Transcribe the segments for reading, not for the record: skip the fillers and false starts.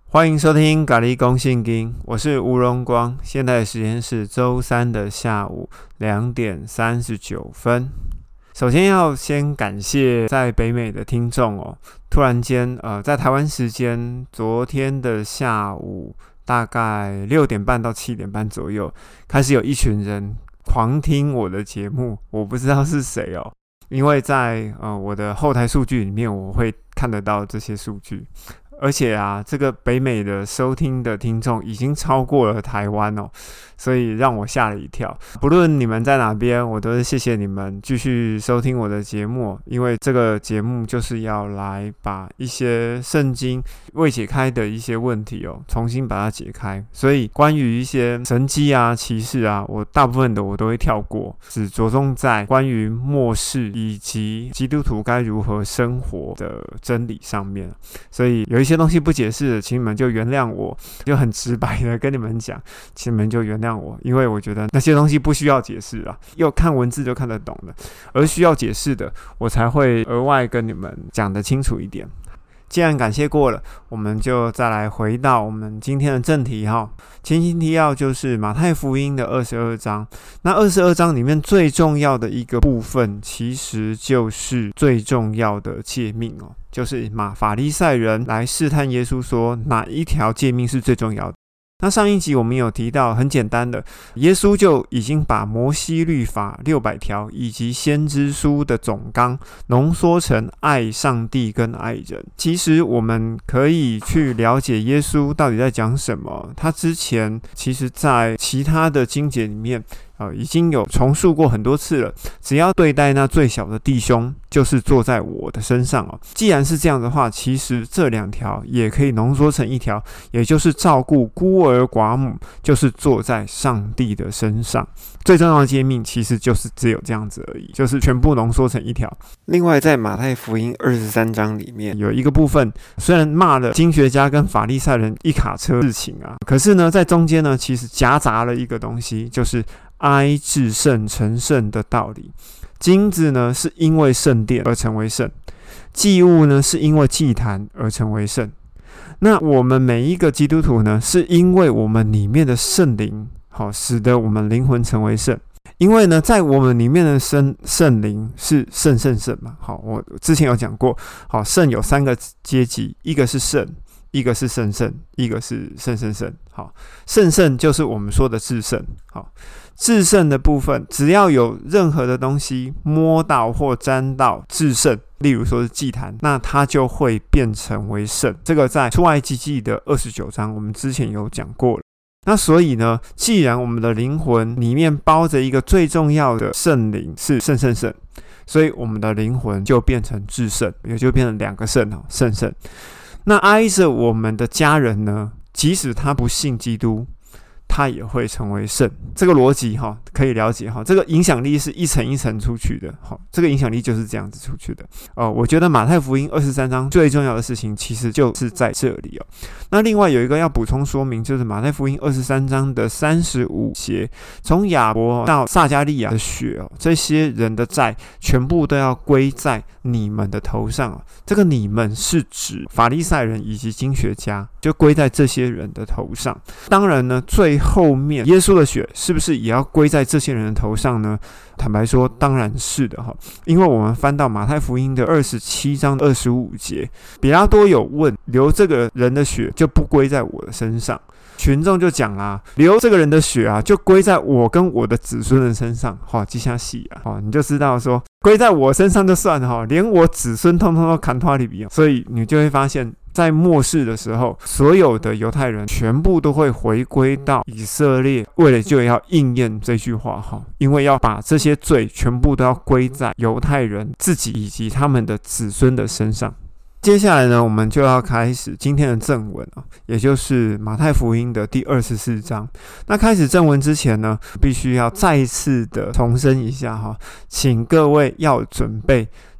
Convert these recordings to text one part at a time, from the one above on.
欢迎收听咖喱公信经，我是吴荣光。现在的时间是周三的下午2点39分。首先要先感谢在北美的听众哦，突然间在台湾时间昨天的下午大概6点半到7点半左右，开始有一群人狂听我的节目，我不知道是谁哦，因为在我的后台数据里面我会看得到这些数据。而且啊，这个北美的收听的听众已经超过了台湾哦，所以让我吓了一跳。不论你们在哪边，我都是谢谢你们继续收听我的节目，因为这个节目就是要来把一些圣经未解开的一些问题哦，重新把它解开。所以关于一些神迹啊、奇事啊，我大部分的我都会跳过，只着重在关于末世以及基督徒该如何生活的真理上面。所以有一些东西不解释的，请你们就原谅我，就很直白的跟你们讲，请你们就原谅我，因为我觉得那些东西不需要解释啦，又看文字就看得懂的，而需要解释的，我才会额外跟你们讲得清楚一点。既然感谢过了，我们就再来回到我们今天的正题哈。前情提要就是马太福音的22章，那22章里面最重要的一个部分，其实就是最重要的诫命哦，就是法利赛人来试探耶稣说哪一条诫命是最重要的。那上一集我们有提到，很简单的，耶稣就已经把摩西律法600条以及先知书的总纲浓缩成爱上帝跟爱人。其实我们可以去了解耶稣到底在讲什么，他之前其实在其他的经节里面已经有重述过很多次了，只要对待那最小的弟兄，就是坐在我的身上哦。既然是这样的话，其实这2条也可以浓缩成一条，也就是照顾孤儿寡母，就是坐在上帝的身上。最重要的诫命其实就是只有这样子而已，就是全部浓缩成一条。另外在马太福音23章里面有一个部分，虽然骂了经学家跟法利赛人一卡车事情啊，可是呢在中间呢其实夹杂了一个东西，就是哀至圣成圣的道理。金子呢是因为圣殿而成为圣，祭物呢是因为祭坛而成为圣。那我们每一个基督徒呢，是因为我们里面的圣灵使得我们灵魂成为圣。因为呢在我们里面的圣灵是圣圣圣嘛，我之前有讲过，圣有3个阶级，一个是圣，一个是圣圣，一个是圣圣圣。圣圣就是我们说的至圣。至圣的部分，只要有任何的东西摸到或沾到至圣，例如说是祭坛，那它就会变成为圣。这个在出埃及记的29章我们之前有讲过了。那所以呢，既然我们的灵魂里面包着一个最重要的圣灵是圣圣圣，所以我们的灵魂就变成至圣，也就变成2个圣，圣圣。那挨着我们的家人呢，即使他不信基督，他也会成为圣。这个逻辑可以了解，这个影响力是一层一层出去的，这个影响力就是这样子出去的。我觉得马太福音23章最重要的事情其实就是在这里哦。那另外有一个要补充说明，就是马太福音23章的35节，从亚伯到撒迦利亚的血这些人的债全部都要归在你们的头上。这个你们是指法利赛人以及经学家，就归在这些人的头上。当然呢，最后面耶稣的血是不是也要归在这些人的头上呢？坦白说当然是的，因为我们翻到马太福音的27章25节，比拉多有问，流这个人的血就不归在我的身上？群众就讲啦，流这个人的血啊，就归在我跟我的子孙的身上。记下戏啊，你就知道说归在我身上就算了，连我子孙通通都砍拖里比。所以你就会发现，在末世的时候，所有的犹太人全部都会回归到以色列，为了就要应验这句话，因为要把这些罪全部都要归在犹太人自己以及他们的子孙的身上。接下来呢，我们就要开始今天的正文，也就是马太福音的第24章。那开始正文之前呢，必须要再次的重申一下，请各位要准备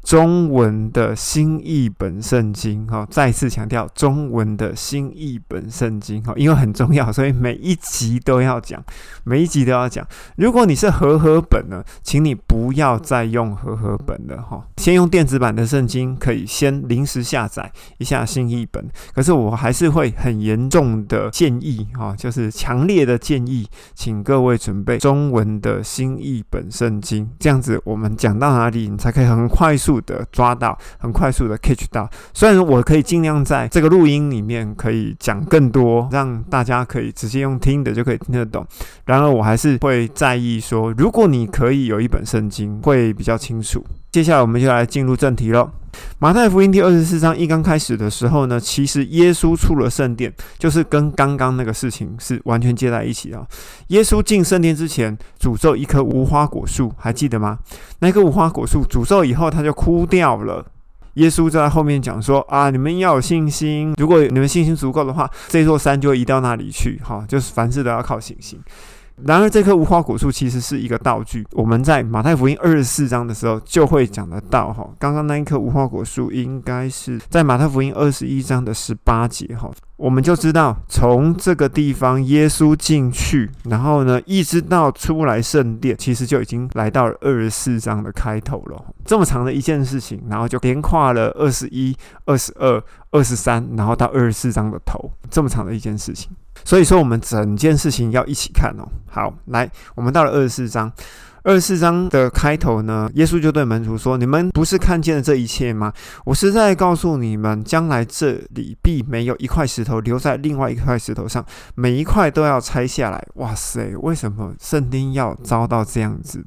中文的新译本圣经，再次强调中文的新译本圣经，因为很重要，所以每一集都要讲。如果你是和合本呢，请你不要再用和合本了，先用电子版的圣经，可以先临时下载一下新译本。可是我还是会很严重的建议，就是强烈的建议，请各位准备中文的新译本圣经，这样子我们讲到哪里，你才可以很快速的抓到，很快速的 catch 到。虽然我可以尽量在这个录音里面可以讲更多，让大家可以直接用听的就可以听得懂，然而我还是会在意说，如果你可以有一本圣经，会比较清楚。接下来我们就来进入正题咯。马太福音第24章一刚开始的时候呢，其实耶稣出了圣殿，就是跟刚刚那个事情是完全接在一起的。耶稣进圣殿之前诅咒一棵无花果树，还记得吗？那棵无花果树诅咒以后，它就枯掉了。耶稣就在后面讲说你们要有信心，如果你们信心足够的话，这座山就会移到那里去，就是凡事都要靠信心。然而这棵无花果树其实是一个道具，我们在马太福音24章的时候就会讲得到。刚刚那一棵无花果树应该是在马太福音21章的18节，我们就知道从这个地方耶稣进去，然后呢一直到出来圣殿，其实就已经来到了24章的开头了。这么长的一件事情，然后就连跨了21、22、23，然后到24章的头，这么长的一件事情。所以说我们整件事情要一起看哦。好，来，我们到了24章。24章的开头呢，耶稣就对门徒说：“你们不是看见了这一切吗？我实在告诉你们，将来这里必没有一块石头留在另外一块石头上，每一块都要拆下来。”哇塞，为什么圣经要遭到这样子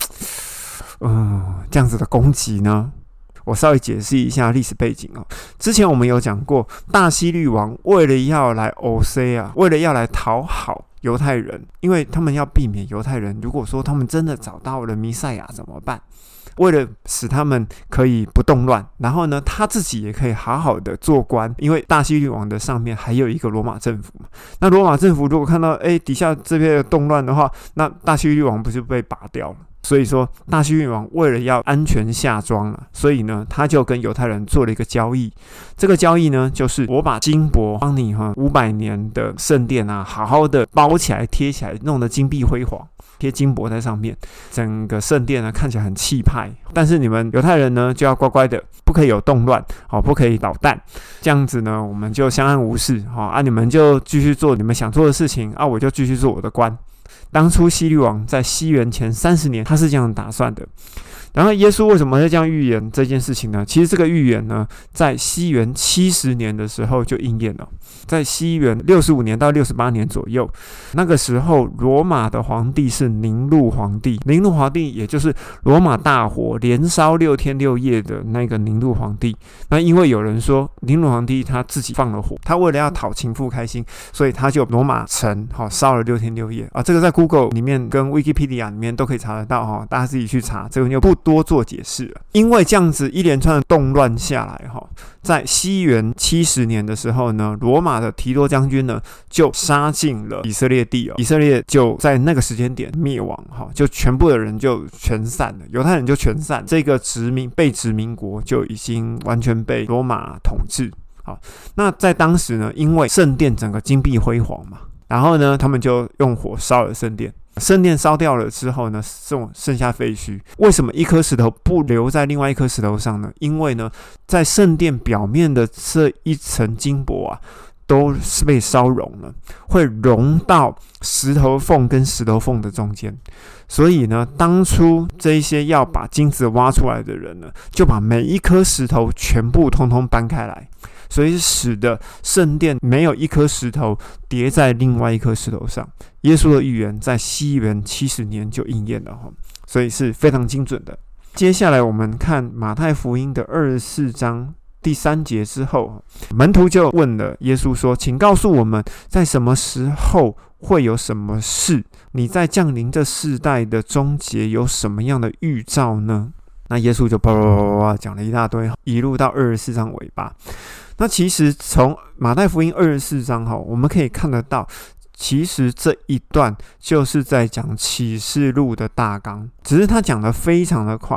的攻击呢？我稍微解释一下历史背景哦。之前我们有讲过，大希律王为了要来为了要来讨好犹太人，因为他们要避免犹太人如果说他们真的找到了弥赛亚怎么办？为了使他们可以不动乱，然后呢他自己也可以好好的做官，因为大希律王的上面还有一个罗马政府嘛。那罗马政府如果看到底下这边的动乱的话，那大希律王不就被拔掉了？所以说大希律王为了要安全下庄所以呢他就跟犹太人做了一个交易。这个交易呢就是我把金箔帮你500年的圣殿好好的包起来贴起来，弄得金碧辉煌，贴金箔在上面，整个圣殿呢看起来很气派。但是你们犹太人呢就要乖乖的，不可以有动乱，不可以捣蛋，这样子呢我们就相安无事你们就继续做你们想做的事情我就继续做我的官。当初希律王在西元前30年他是这样打算的。然后耶稣为什么会这样预言这件事情呢？其实这个预言呢在西元70年的时候就应验了。在西元65年到68年左右，那个时候罗马的皇帝是宁禄皇帝。宁禄皇帝也就是罗马大火连烧6天6夜的那个宁禄皇帝。那因为有人说宁禄皇帝他自己放了火，他为了要讨情妇开心，所以他就罗马城烧了6天6夜这个在 Google 里面跟 Wikipedia 里面都可以查得到大家自己去查，这个就不多做解释了。因为这样子一连串的动乱下来在西元70年的时候呢，罗马的提多将军呢就杀进了以色列地以色列就在那个时间点灭亡就全部的人就全散了，犹太人就全散，这个被殖民国就已经完全被罗马统治。那在当时呢，因为圣殿整个金碧辉煌嘛，然后呢他们就用火烧了圣殿。圣殿烧掉了之后呢，剩下废墟。为什么一颗石头不留在另外一颗石头上呢？因为呢，在圣殿表面的这一层金箔都是被烧融了，会融到石头缝跟石头缝的中间。所以呢，当初这一些要把金子挖出来的人呢，就把每一颗石头全部通通搬开来。所以使得圣殿没有一颗石头叠在另外一颗石头上。耶稣的预言在西元70年就应验了，所以是非常精准的。接下来我们看马太福音的24章第3节之后，门徒就问了耶稣说：“请告诉我们，在什么时候会有什么事？你在降临这世代的终结有什么样的预兆呢？”那耶稣就叭叭叭叭讲了一大堆，一路到24章尾巴。那其实从马太福音24章我们可以看得到，其实这一段就是在讲启示录的大纲，只是他讲得非常的快。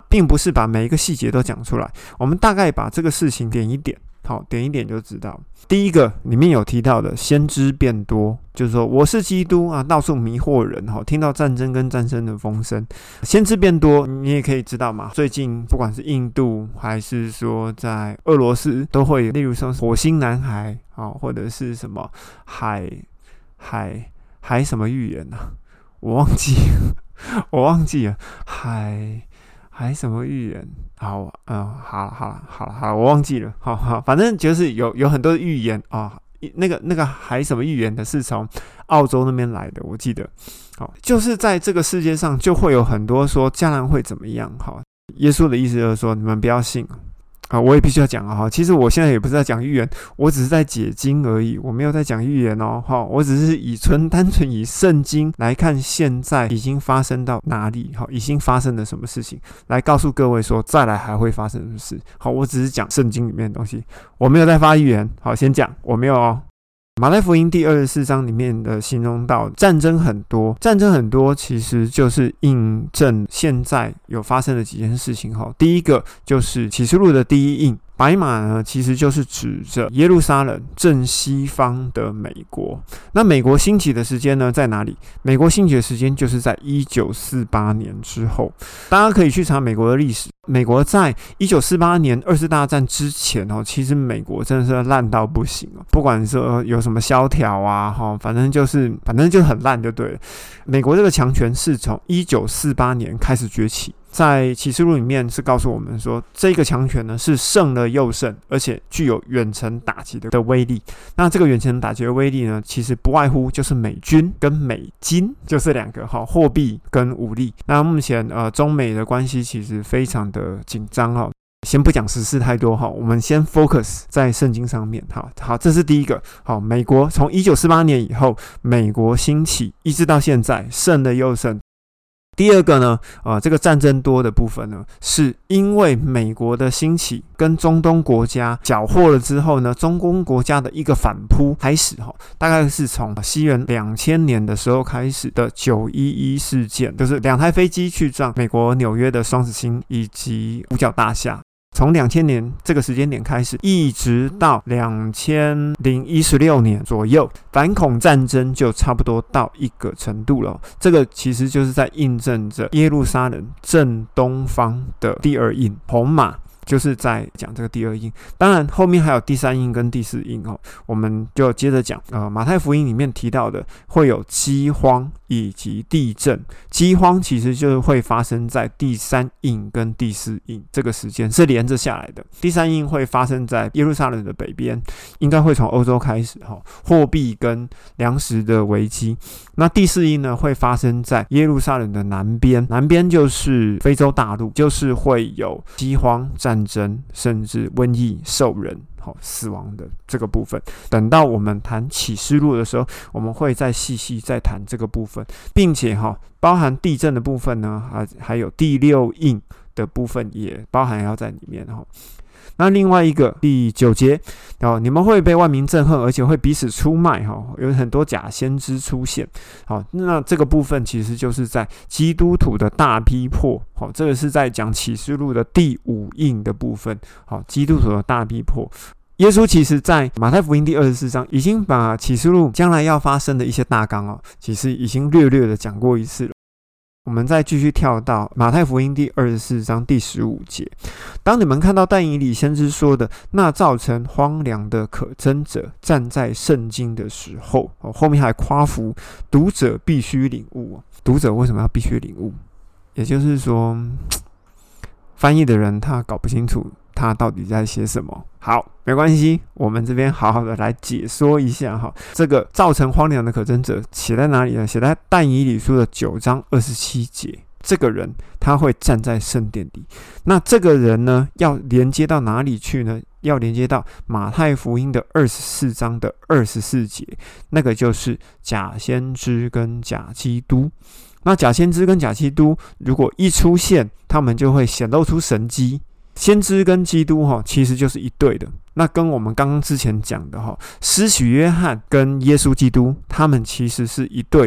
并不是把每一个细节都讲出来，我们大概把这个事情点一点，点一点就知道。第一个里面有提到的先知变多，就是说我是基督啊，到处迷惑人，听到战争跟战争的风声，先知变多，你也可以知道嘛。最近不管是印度还是说在俄罗斯，都会例如说火星男孩或者是什么海什么预言啊，我忘记了海什么预言？好了，我忘记了。好，反正就是有很多预言啊。那个海什么预言的是从澳洲那边来的，我记得。就是在这个世界上就会有很多说将来会怎么样。耶稣的意思就是说，你们不要信。我也必须要讲其实我现在也不是在讲预言，我只是在解经而已，我没有在讲预言我只是单纯以圣经来看现在已经发生到哪里，已经发生了什么事情，来告诉各位说再来还会发生什么事。我只是讲圣经里面的东西，我没有在发预言。先讲我没有马太福音第24章里面的形容到战争很多，其实就是印证现在有发生的几件事情。第一个就是启示录的第一印，白马呢其实就是指着耶路撒冷正西方的美国。那美国兴起的时间呢在哪里？美国兴起的时间就是在1948年之后。大家可以去查美国的历史，美国在1948年二次大战之前其实美国真的是烂到不行不管说有什么萧条反正就是很烂就对了。美国这个强权是从1948年开始崛起，在启示录里面是告诉我们说，这个强权呢是胜了又胜，而且具有远程打击的威力。那这个远程打击的威力呢，其实不外乎就是美军跟美金，就是两个货币跟武力。那目前中美的关系其实非常的紧张先不讲时事太多我们先 focus 在圣经上面。好，这是第一个。美国从1948年以后，美国兴起一直到现在，胜了又胜。第二个呢，这个战争多的部分呢，是因为美国的兴起跟中东国家缴获了之后呢，中东国家的一个反扑开始大概是从西元2000年的时候开始的911事件，就是2台飞机去撞美国纽约的双子星以及五角大厦。从2000年这个时间点开始，一直到2016年左右，反恐战争就差不多到一个程度了。这个其实就是在印证着耶路撒冷正东方的第二印红马，就是在讲这个第二印。当然后面还有第三印跟第四印我们就接着讲。马太福音里面提到的会有饥荒以及地震。饥荒其实就是会发生在第三印跟第四印，这个时间是连着下来的。第三印会发生在耶路撒冷的北边，应该会从欧洲开始货币跟粮食的危机。那第四印呢会发生在耶路撒冷的南边，南边就是非洲大陆，就是会有饥荒、战争甚至瘟疫、兽人死亡的这个部分。等到我们谈启示录的时候，我们会再细细再谈这个部分，并且包含地震的部分呢，还有第六印的部分也包含要在里面那另外一个第9节你们会被万民憎恨，而且会彼此出卖有很多假先知出现那这个部分其实就是在基督徒的大逼迫这个是在讲启示录的第5印的部分基督徒的大逼迫。耶稣其实在马太福音第24章已经把启示录将来要发生的一些大纲其实已经略略的讲过一次了。我们再继续跳到马太福音第24章第15节，当你们看到但以理先知说的那造成荒凉的可憎者站在圣经的时候，后面还夸服读者必须领悟。读者为什么要必须领悟？也就是说翻译的人他搞不清楚他到底在写什么。好，没关系，我们这边好好的来解说一下这个造成荒凉的可憎者写在哪里呢？写在但以理书的9章27节。这个人他会站在圣殿里，那这个人呢要连接到哪里去呢？要连接到马太福音的24章的24节，那个就是假先知跟假基督。那假先知跟假基督如果一出现，他们就会显露出神迹。先知跟基督其实就是一对的，那跟我们刚刚之前讲的施洗约翰跟耶稣基督他们其实是一对的。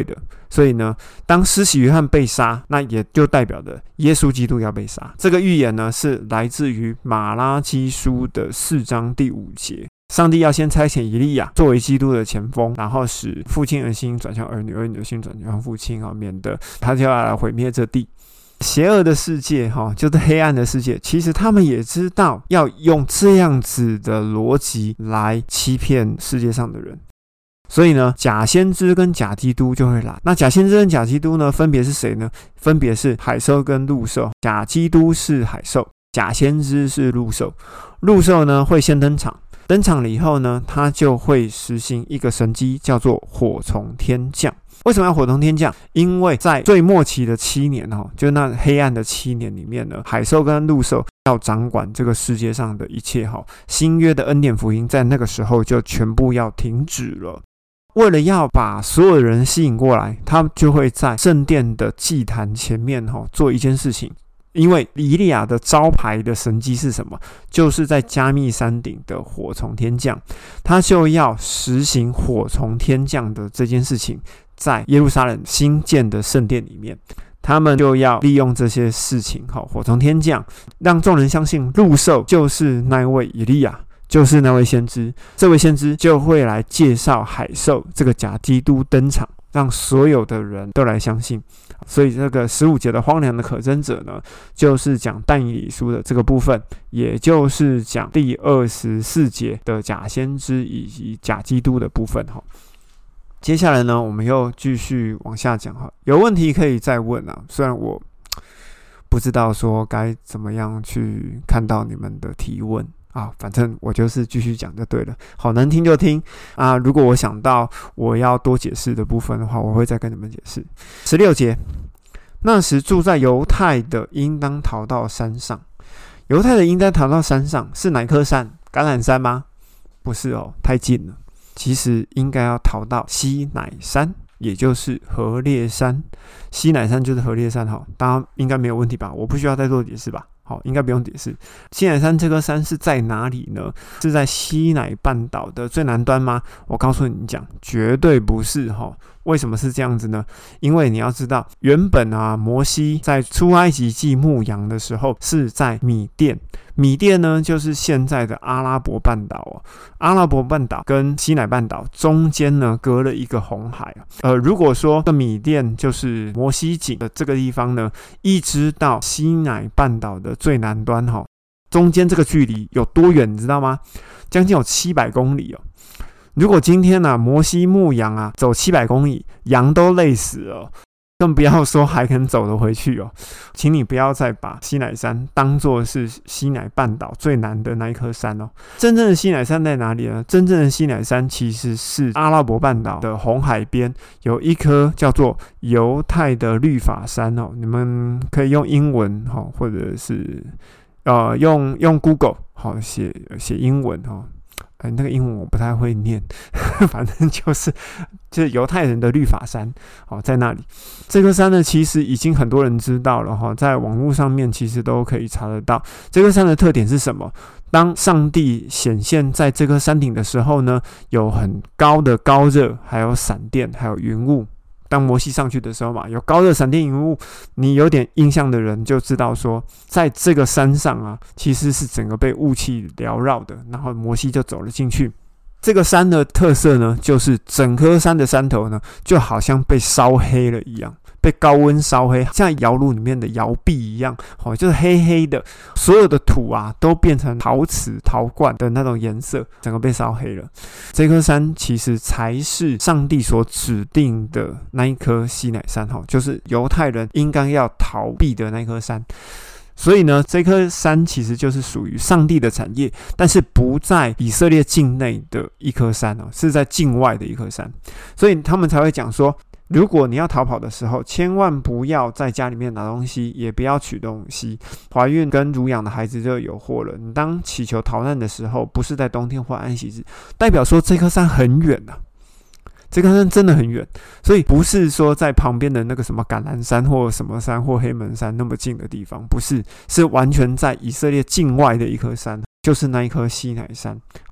所以呢，当施洗约翰被杀，那也就代表着耶稣基督要被杀。这个预言呢，是来自于马拉基书的4章第5节。上帝要先差遣以利亚作为基督的前锋，然后使父亲的心转向儿女，儿女的心转向父亲，免得他就要来毁灭这地。邪恶的世界，就是黑暗的世界，其实他们也知道要用这样子的逻辑来欺骗世界上的人。所以呢，假先知跟假基督就会来。那假先知跟假基督呢，分别是谁呢？分别是海兽跟陆兽。假基督是海兽，假先知是陆兽。陆兽呢会先登场，登场了以后呢，他就会实行一个神迹，叫做火从天降。为什么要火从天降？因为在最末期的7年，就那黑暗的7年里面呢，海兽跟陆兽要掌管这个世界上的一切。新约的恩典福音在那个时候就全部要停止了。为了要把所有的人吸引过来，他就会在圣殿的祭坛前面做一件事情。因为以利亚的招牌的神迹是什么？就是在加密山顶的火从天降，他就要实行火从天降的这件事情，在耶路撒冷新建的圣殿里面，他们就要利用这些事情，火从天降，让众人相信陆兽就是那位以利亚，就是那位先知。这位先知就会来介绍海兽这个假基督登场，让所有的人都来相信。所以这个15节的荒凉的可憎者呢，就是讲但以理书的这个部分，也就是讲第24节的假先知以及假基督的部分。接下来呢，我们又继续往下讲。有问题可以再问啊，虽然我不知道说该怎么样去看到你们的提问啊，反正我就是继续讲就对了。好难听就听啊！如果我想到我要多解释的部分的话，我会再跟你们解释。16节，那时住在犹太的应当逃到山上。犹太的应当逃到山上是哪棵山？橄榄山吗？不是哦，太近了。其实应该要逃到西乃山，也就是何烈山。西乃山就是何烈山，大家应该没有问题吧？我不需要再做解释吧？好，应该不用解释。西乃山这个山是在哪里呢？是在西乃半岛的最南端吗？我告诉你讲，绝对不是。为什么是这样子呢？因为你要知道，原本摩西在出埃及记牧羊的时候是在米甸。米甸呢，就是现在的阿拉伯半岛。阿拉伯半岛跟西乃半岛中间呢，隔了一个红海。如果说米甸就是摩西井的这个地方呢，一直到西乃半岛的最南端，中间这个距离有多远，你知道吗？将近有700公里哦。如果今天摩西牧羊走700公里，羊都累死了，更不要说还肯走得回去哦。请你不要再把西乃山当作是西乃半岛最南的那一颗山哦。真正的西乃山在哪里呢？真正的西乃山其实是阿拉伯半岛的红海边有一颗叫做犹太的律法山哦。你们可以用英文或者是用 Google 写英文那个英文我不太会念，反正就是犹太人的律法山在那里。这颗山呢，其实已经很多人知道了在网络上面其实都可以查得到。这颗山的特点是什么？当上帝显现在这颗山顶的时候呢，有很高的高热，还有闪电，还有云雾。当摩西上去的时候嘛，有高热闪电云雾，你有点印象的人就知道说，在这个山上其实是整个被雾气缭绕的，然后摩西就走了进去。这个山的特色呢，就是整颗山的山头呢，就好像被烧黑了一样，被高温烧黑，像窑炉里面的窑壁一样，就是黑黑的，所有的土都变成陶瓷陶罐的那种颜色，整个被烧黑了。这颗山其实才是上帝所指定的那一颗西乃山，就是犹太人应该要逃避的那颗山。所以呢，这颗山其实就是属于上帝的产业，但是不在以色列境内的一颗山是在境外的一颗山。所以他们才会讲说，如果你要逃跑的时候，千万不要在家里面拿东西，也不要取东西。怀孕跟乳养的孩子就有祸了。你当祈求逃难的时候，不是在冬天或安息日，代表说这颗山很远这颗山真的很远，所以不是说在旁边的那个什么橄榄山或什么山或黑门山那么近的地方，不是，是完全在以色列境外的一颗山，就是那一颗西乃山。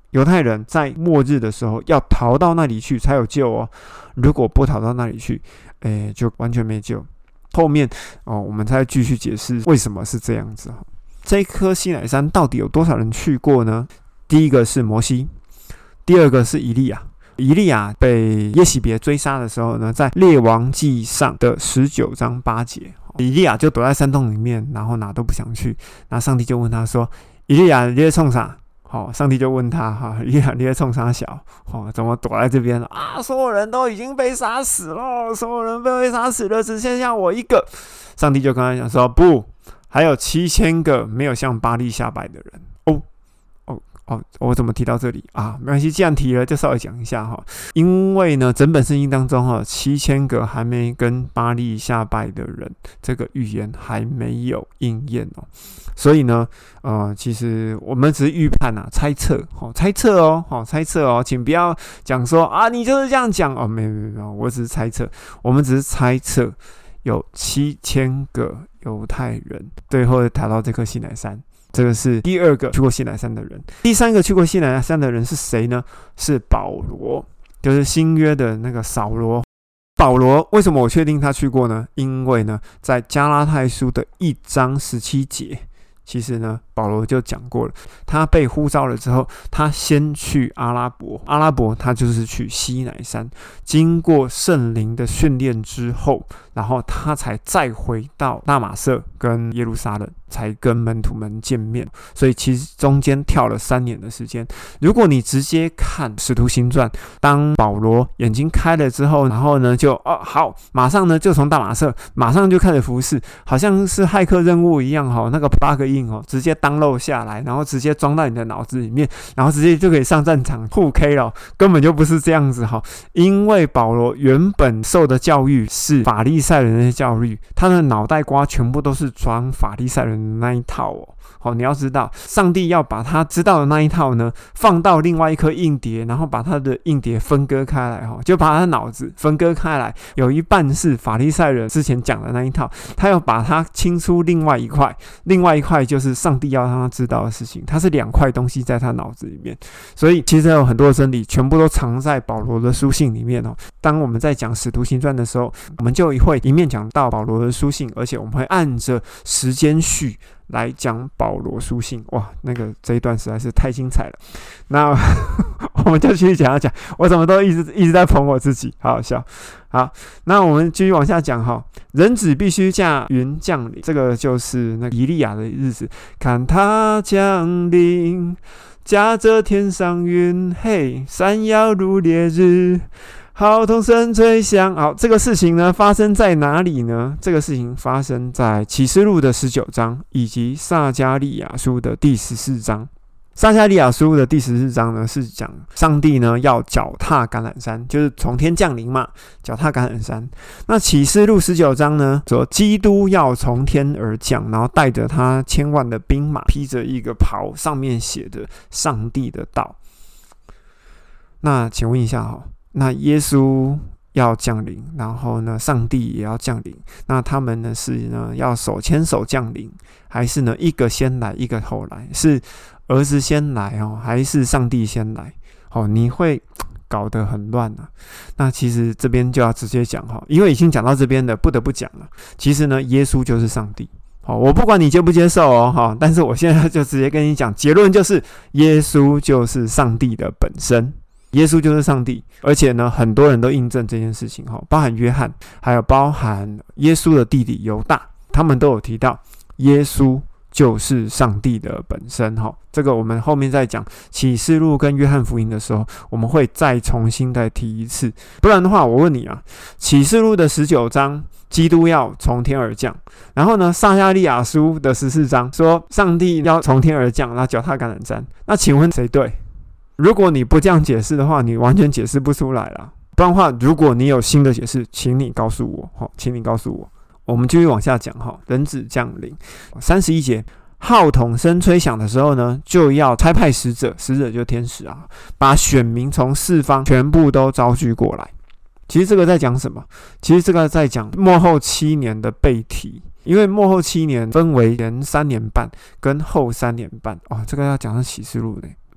犹太人在末日的时候要逃到那里去才有救哦，如果不逃到那里去，就完全没救。后面我们再继续解释为什么是这样子。这颗西乃山到底有多少人去过呢？第一个是摩西，第二个是以利亚。以利亚被耶洗别追杀的时候呢，在列王纪上的19章8节，以利亚就躲在山洞里面，然后哪都不想去。那上帝就问他说：“以利亚，你在冲啥？”上帝就问他：“以利亚，你在冲啥小？怎么躲在这边了啊？所有人都已经被杀死了，所有人被杀死了，只剩下我一个。”上帝就跟他讲说：“不，还有7000个没有向巴力下拜的人。”我怎么提到这里啊？没关系，既然提了，就稍微讲一下哈。因为呢，整本圣经当中7000个还没跟巴力下拜的人，这个预言还没有应验哦。所以呢，其实我们只是预判啊，猜测哦，请不要讲说啊，你就是这样讲哦，没有，我只是猜测，我们只是猜测有7000个犹太人最后逃到这颗西乃山。这个是第二个去过西乃山的人。第三个去过西乃山的人是谁呢？是保罗，就是新约的那个扫罗。保罗为什么我确定他去过呢？因为呢，在加拉太书的1章17节，其实呢，保罗就讲过了，他被呼召了之后，他先去阿拉伯，他就是去西乃山，经过圣灵的训练之后，然后他才再回到大马色跟耶路撒冷，才跟门徒们见面。所以其实中间跳了3年的时间。如果你直接看使徒行传，当保罗眼睛开了之后，然后呢就好，马上呢就从大马色马上就开始服侍，好像是骇客任务一样那个 plug in 直接download下来，然后直接装到你的脑子里面，然后直接就可以上战场互 K 了，根本就不是这样子因为保罗原本受的教育是法利赛人的教育，他的脑袋瓜全部都是装法利赛人的那一套你要知道，上帝要把他知道的那一套呢，放到另外一颗硬碟，然后把他的硬碟分割开来就把他的脑子分割开来，有一半是法利赛人之前讲的那一套，他要把它清出另外一块就是上帝要让他知道的事情，它是2块东西在他脑子里面。所以其实有很多的真理全部都藏在保罗的书信里面当我们在讲使徒行传的时候，我们就会一面讲到保罗的书信，而且我们会按着时间序来讲保罗书信。哇，这一段实在是太精彩了。那我们就继续讲一讲，我怎么都一直在捧我自己，好好笑。好，那我们继续往下讲人子必须驾云降临，这个就是那以利亚的日子。看他降临，驾着天上云，嘿，闪耀如烈日，号筒声吹响。好，这个事情呢发生在哪里呢？这个事情发生在启示录的19章以及撒迦利亚书的第14章。撒迦利亚书的第14章呢，是讲上帝呢要脚踏橄榄山，就是从天降临嘛，脚踏橄榄山。那启示录19章呢，说基督要从天而降，然后带着他1000万的兵马，披着一个袍，上面写的上帝的道。那请问一下那耶稣要降临，然后呢上帝也要降临，那他们呢是呢要手牵手降临，还是呢一个先来一个后来？是儿子先来还是上帝先来？你会搞得很乱啊。那其实这边就要直接讲因为已经讲到这边的，不得不讲了。其实呢，耶稣就是上帝。我不管你接不接受但是我现在就直接跟你讲，结论就是耶稣就是上帝的本身。耶稣就是上帝，而且呢，很多人都印证这件事情包含约翰，还有包含耶稣的弟弟犹大，他们都有提到耶稣就是上帝的本身这个我们后面再讲启示录跟约翰福音的时候，我们会再重新再提一次。不然的话，我问你启示录的19章基督要从天而降，然后呢撒迦利亚书的14章说上帝要从天而降，然后脚踏橄榄山，那请问谁对？如果你不这样解释的话，你完全解释不出来啦。不然的话，如果你有新的解释，请你告诉我请你告诉我。我们继续往下讲人子降临31节，号筒声吹响的时候呢，就要差派使者就是天使把选民从四方全部都招聚过来。其实这个在讲什么？其实这个在讲末后7年的被提，因为末后7年分为前3年半跟后3年半这个要讲到启示录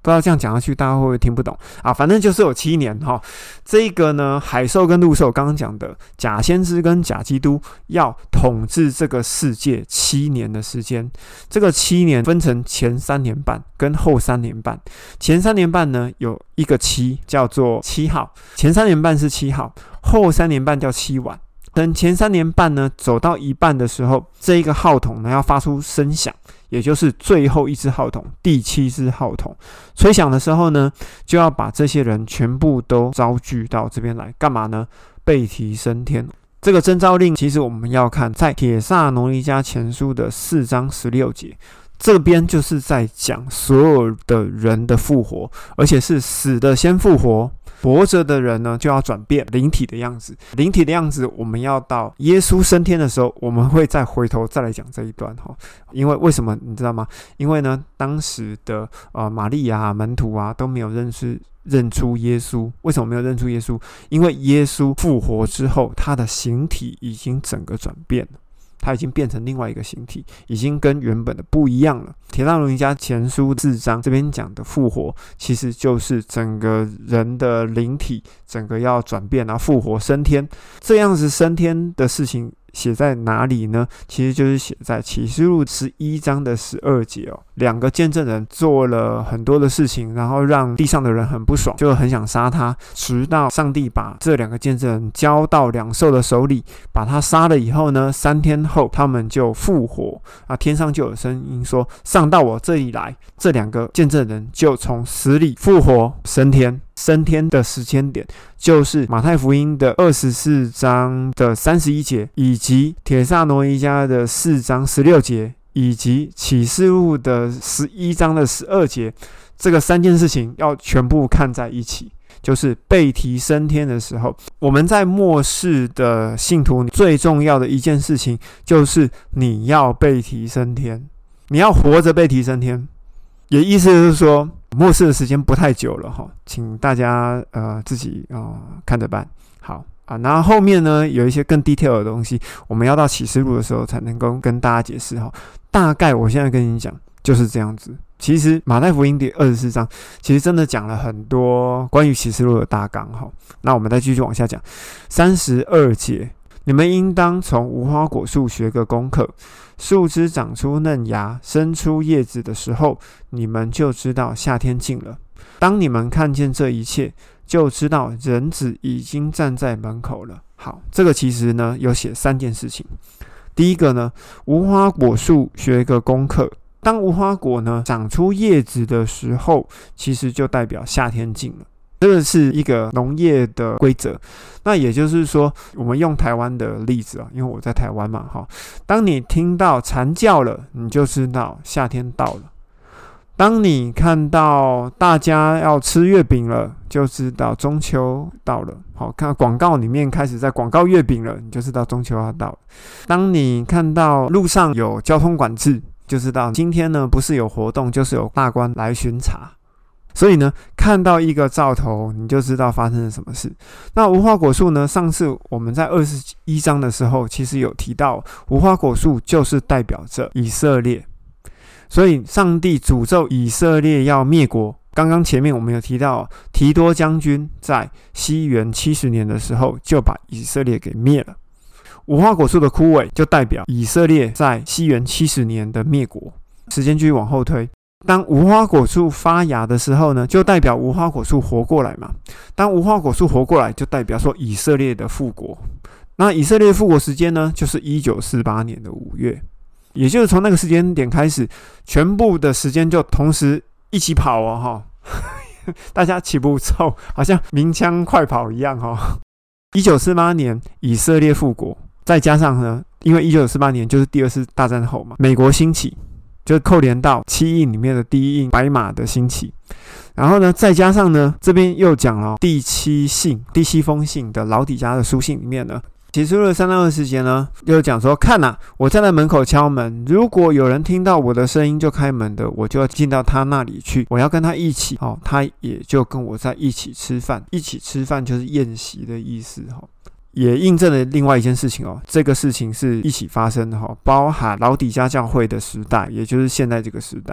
不知道这样讲下去大家会不会听不懂啊？反正就是有7年哈。这个呢，海兽跟陆兽刚刚讲的假先知跟假基督要统治这个世界7年的时间。这个7年分成前3年半跟后3年半。前3年半呢有一个7叫做7号，前3年半是7号，后3年半叫7晚。等前3年半呢走到一半的时候，这一个号筒呢要发出声响，也就是最后一只号筒，第7只号筒吹响的时候呢，就要把这些人全部都招聚到这边来，干嘛呢？被提升天。这个征召令其实我们要看在帖撒罗尼迦前书的4章16节，这边就是在讲所有的人的复活，而且是死的先复活，活着的人呢就要转变灵体的样子。灵体的样子我们要到耶稣升天的时候，我们会再回头再来讲这一段。因为为什么你知道吗？因为呢当时的玛利亚门徒啊都没有认出耶稣。为什么没有认出耶稣？因为耶稣复活之后，他的形体已经整个转变了，他已经变成另外一个形体，已经跟原本的不一样了。帖撒罗尼迦前书4章这边讲的复活，其实就是整个人的灵体整个要转变，然后复活升天。这样子升天的事情写在哪里呢？其实就是写在启示录11章的12节哦。2个见证人做了很多的事情，然后让地上的人很不爽，就很想杀他，直到上帝把这2个见证人交到两兽的手里，把他杀了以后呢，3天后他们就复活啊，天上就有声音说：上到我这里来。这2个见证人就从死里复活升天。升天的时间点就是马太福音的24章的31节，以及帖撒罗尼迦的4章16节，以及启示录的11章的12节。这个3件事情要全部看在一起，就是被提升天的时候。我们在末世的信徒最重要的一件事情就是你要被提升天，你要活着被提升天。也意思是说末世的时间不太久了哈，请大家自己看着办。好啊，然后后面呢有一些更 detail 的东西，我们要到启示录的时候才能够跟大家解释哈。大概我现在跟你讲就是这样子。其实马太福音第24章其实真的讲了很多关于启示录的大纲哈。那我们再继续往下讲，32节，你们应当从无花果树学个功课。树枝长出嫩芽，生出叶子的时候，你们就知道夏天近了。当你们看见这一切，就知道人子已经站在门口了。好，这个其实呢有写3件事情。第一个呢，无花果树学一个功课。当无花果呢长出叶子的时候，其实就代表夏天近了。这个是一个农业的规则。那也就是说，我们用台湾的例子因为我在台湾嘛，当你听到蝉叫了，你就知道夏天到了。当你看到大家要吃月饼了，就知道中秋到了。好，看广告里面开始在广告月饼了，你就知道中秋要到了。当你看到路上有交通管制，就知道今天呢不是有活动，就是有大官来巡查。所以呢，看到一个兆头，你就知道发生了什么事。那无花果树呢？上次我们在21章的时候，其实有提到，无花果树就是代表着以色列。所以上帝诅咒以色列要灭国。刚刚前面我们有提到，提多将军在西元70年的时候，就把以色列给灭了。无花果树的枯萎，就代表以色列在西元70年的灭国。时间继续往后推。当无花果树发芽的时候呢，就代表无花果树活过来嘛。当无花果树活过来，就代表说以色列的复国。那以色列复国时间呢，就是1948年的5月，也就是从那个时间点开始，全部的时间就同时一起跑大家起步凑，好像鸣枪快跑一样1948年以色列复国，再加上呢，因为1948年就是第2次大战后嘛，美国兴起。就扣连到7印里面的第1印白马的兴起，然后呢，再加上呢，这边又讲了第7封信的老底嘉的书信里面呢，启示录3到20节呢，又讲说，看啊，我站在门口敲门，如果有人听到我的声音就开门的，我就要进到他那里去，我要跟他一起他也就跟我在一起吃饭。一起吃饭就是宴席的意思也印证了另外一件事情这个事情是一起发生的包含老底嘉教会的时代，也就是现在这个时代。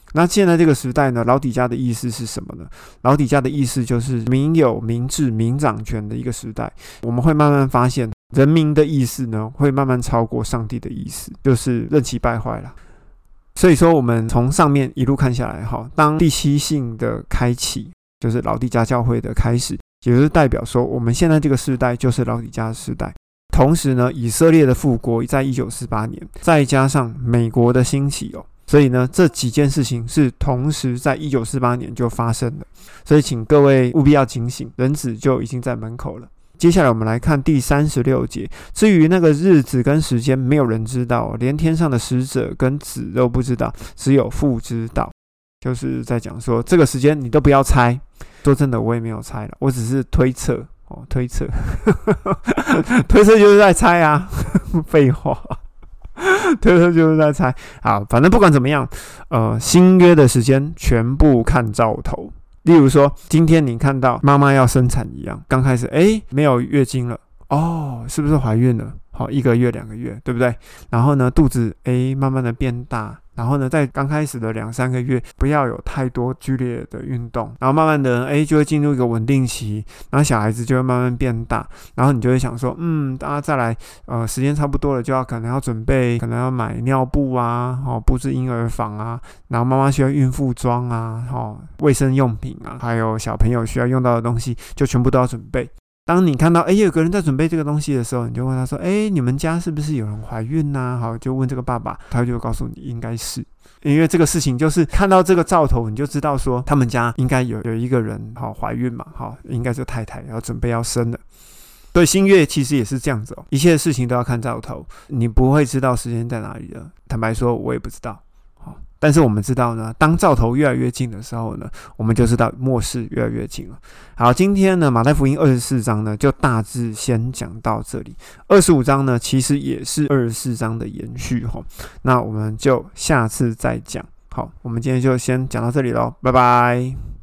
那现在这个时代呢，老底嘉的意思是什么呢？老底嘉的意思就是民有、民治、民掌权的一个时代。我们会慢慢发现，人民的意思呢，会慢慢超过上帝的意思，就是任其败坏了。所以说，我们从上面一路看下来，当第七性的开启，就是老底嘉教会的开始，也就是代表说，我们现在这个时代就是老底嘉的时代。同时呢，以色列的复国在1948年，再加上美国的兴起所以呢，这几件事情是同时在1948年就发生的，所以请各位务必要警醒，人子就已经在门口了。接下来我们来看第36节，至于那个日子跟时间，没有人知道，连天上的使者跟子都不知道，只有父知道。就是在讲说，这个时间你都不要猜。说真的，我也没有猜了，我只是推测推测推测就是在猜啊，废话。推测就是在猜。好，反正不管怎么样，新约的时间全部看兆头。例如说，今天你看到妈妈要生产一样，刚开始没有月经了，是不是怀孕了？1个月2个月，对不对？然后呢，肚子慢慢的变大，然后呢，在刚开始的2-3个月不要有太多剧烈的运动，然后慢慢的就会进入一个稳定期，然后小孩子就会慢慢变大，然后你就会想说大家再来时间差不多了，就可能要准备，可能要买尿布啊，布置婴儿房啊，然后妈妈需要孕妇装啊，卫生用品啊，还有小朋友需要用到的东西，就全部都要准备。当你看到有个人在准备这个东西的时候，你就问他说你们家是不是有人怀孕啊？好，就问这个爸爸，他就告诉你应该是，因为这个事情就是看到这个兆头，你就知道说他们家应该有一个人怀孕嘛，应该是太太要准备要生了。对，新约其实也是这样子一切事情都要看兆头，你不会知道时间在哪里的。坦白说，我也不知道。但是我们知道呢，当兆头越来越近的时候呢，我们就知道末世越来越近了。好，今天呢，马太福音24章呢，就大致先讲到这里。25章呢，其实也是24章的延续那我们就下次再讲。好，我们今天就先讲到这里咯，拜拜。